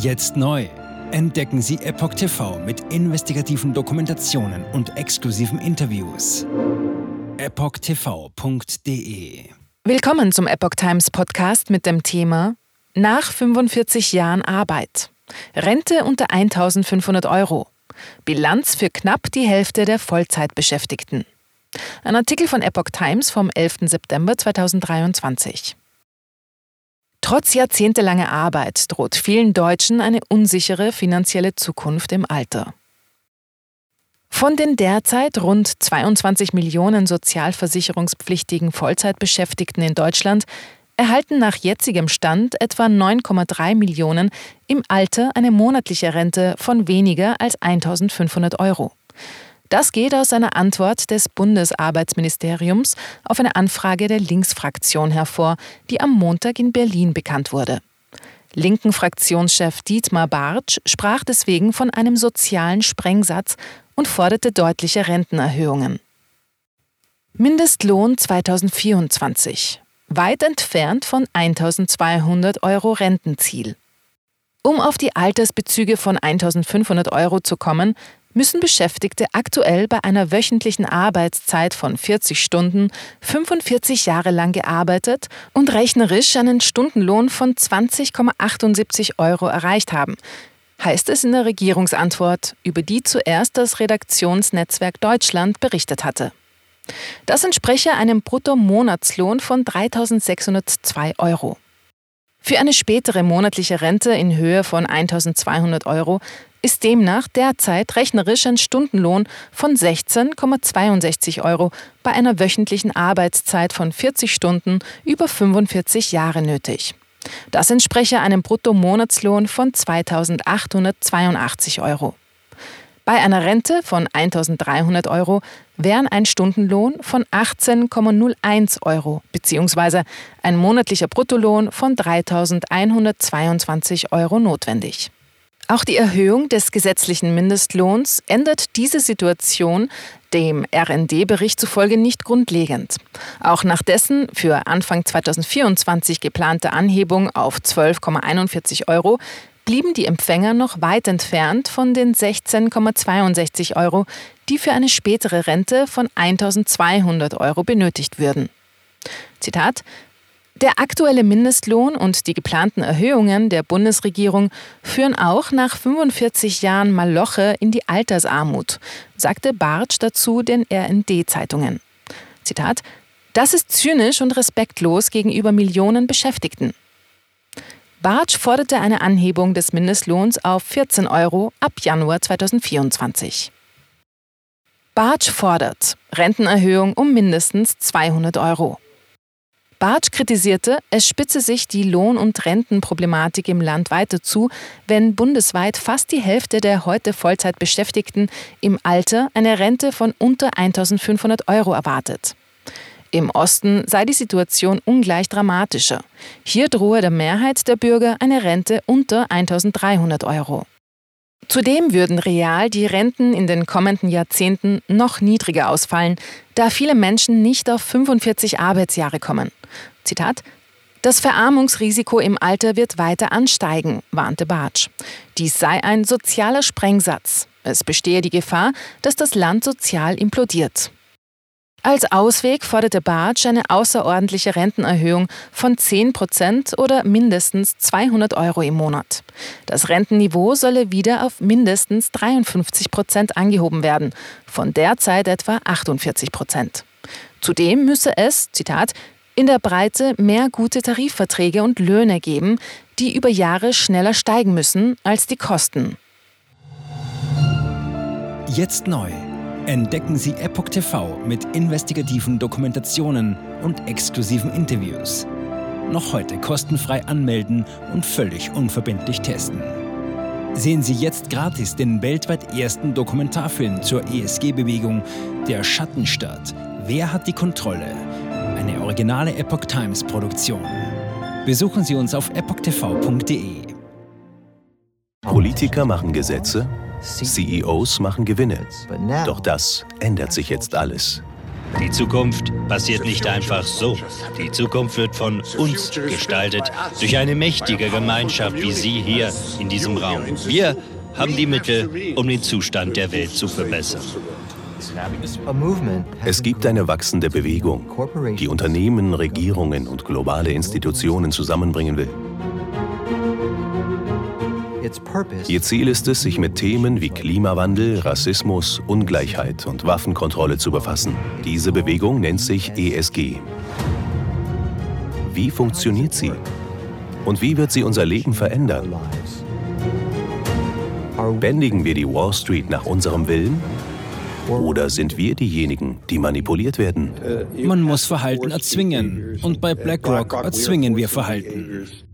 Jetzt neu. Entdecken Sie Epoch TV mit investigativen Dokumentationen und exklusiven Interviews. EpochTV.de. Willkommen zum Epoch Times Podcast mit dem Thema Nach 45 Jahren Arbeit. Rente unter 1.500 Euro. Bilanz für knapp die Hälfte der Vollzeitbeschäftigten. Ein Artikel von Epoch Times vom 11. September 2023. Trotz jahrzehntelanger Arbeit droht vielen Deutschen eine unsichere finanzielle Zukunft im Alter. Von den derzeit rund 22 Millionen sozialversicherungspflichtigen Vollzeitbeschäftigten in Deutschland erhalten nach jetzigem Stand etwa 9,3 Millionen im Alter eine monatliche Rente von weniger als 1.500 Euro. Das geht aus einer Antwort des Bundesarbeitsministeriums auf eine Anfrage der Linksfraktion hervor, die am Montag in Berlin bekannt wurde. Linken Fraktionschef Dietmar Bartsch sprach deswegen von einem sozialen Sprengsatz und forderte deutliche Rentenerhöhungen. Mindestlohn 2024. Weit entfernt von 1.200 Euro Rentenziel. Um auf die Altersbezüge von 1.500 Euro zu kommen, müssen Beschäftigte aktuell bei einer wöchentlichen Arbeitszeit von 40 Stunden 45 Jahre lang gearbeitet und rechnerisch einen Stundenlohn von 20,78 Euro erreicht haben, heißt es in der Regierungsantwort, über die zuerst das Redaktionsnetzwerk Deutschland berichtet hatte. Das entspreche einem Bruttomonatslohn von 3.602 Euro. Für eine spätere monatliche Rente in Höhe von 1.200 Euro ist demnach derzeit rechnerisch ein Stundenlohn von 16,62 Euro bei einer wöchentlichen Arbeitszeit von 40 Stunden über 45 Jahre nötig. Das entspreche einem Bruttomonatslohn von 2.882 Euro. Bei einer Rente von 1.300 Euro wären ein Stundenlohn von 18,01 Euro bzw. ein monatlicher Bruttolohn von 3.122 Euro notwendig. Auch die Erhöhung des gesetzlichen Mindestlohns ändert diese Situation dem RND-Bericht zufolge nicht grundlegend. Auch nach dessen für Anfang 2024 geplante Anhebung auf 12,41 Euro blieben die Empfänger noch weit entfernt von den 16,62 Euro, die für eine spätere Rente von 1.200 Euro benötigt würden. Zitat: Der aktuelle Mindestlohn und die geplanten Erhöhungen der Bundesregierung führen auch nach 45 Jahren Maloche in die Altersarmut, sagte Bartsch dazu den RND-Zeitungen. Zitat: Das ist zynisch und respektlos gegenüber Millionen Beschäftigten. Bartsch forderte eine Anhebung des Mindestlohns auf 14 Euro ab Januar 2024. Bartsch fordert Rentenerhöhung um mindestens 200 Euro. Bartsch kritisierte, es spitze sich die Lohn- und Rentenproblematik im Land weiter zu, wenn bundesweit fast die Hälfte der heute Vollzeitbeschäftigten im Alter eine Rente von unter 1.500 Euro erwartet. Im Osten sei die Situation ungleich dramatischer. Hier drohe der Mehrheit der Bürger eine Rente unter 1.300 Euro. Zudem würden real die Renten in den kommenden Jahrzehnten noch niedriger ausfallen, da viele Menschen nicht auf 45 Arbeitsjahre kommen. Zitat: Das Verarmungsrisiko im Alter wird weiter ansteigen, warnte Bartsch. Dies sei ein sozialer Sprengsatz. Es bestehe die Gefahr, dass das Land sozial implodiert. Als Ausweg forderte Bartsch eine außerordentliche Rentenerhöhung von 10% oder mindestens 200 Euro im Monat. Das Rentenniveau solle wieder auf mindestens 53% angehoben werden, von derzeit etwa 48%. Zudem müsse es, Zitat, in der Breite mehr gute Tarifverträge und Löhne geben, die über Jahre schneller steigen müssen als die Kosten. Jetzt neu. Entdecken Sie Epoch TV mit investigativen Dokumentationen und exklusiven Interviews. Noch heute kostenfrei anmelden und völlig unverbindlich testen. Sehen Sie jetzt gratis den weltweit ersten Dokumentarfilm zur ESG-Bewegung Der Schattenstaat. Wer hat die Kontrolle? Eine originale Epoch Times Produktion. Besuchen Sie uns auf epochtv.de. Politiker machen Gesetze, CEOs machen Gewinne. Doch das ändert sich jetzt alles. Die Zukunft passiert nicht einfach so. Die Zukunft wird von uns gestaltet, durch eine mächtige Gemeinschaft wie Sie hier in diesem Raum. Wir haben die Mittel, um den Zustand der Welt zu verbessern. Es gibt eine wachsende Bewegung, die Unternehmen, Regierungen und globale Institutionen zusammenbringen will. Ihr Ziel ist es, sich mit Themen wie Klimawandel, Rassismus, Ungleichheit und Waffenkontrolle zu befassen. Diese Bewegung nennt sich ESG. Wie funktioniert sie? Und wie wird sie unser Leben verändern? Bändigen wir die Wall Street nach unserem Willen? Oder sind wir diejenigen, die manipuliert werden? Man muss Verhalten erzwingen. Und bei BlackRock erzwingen wir Verhalten.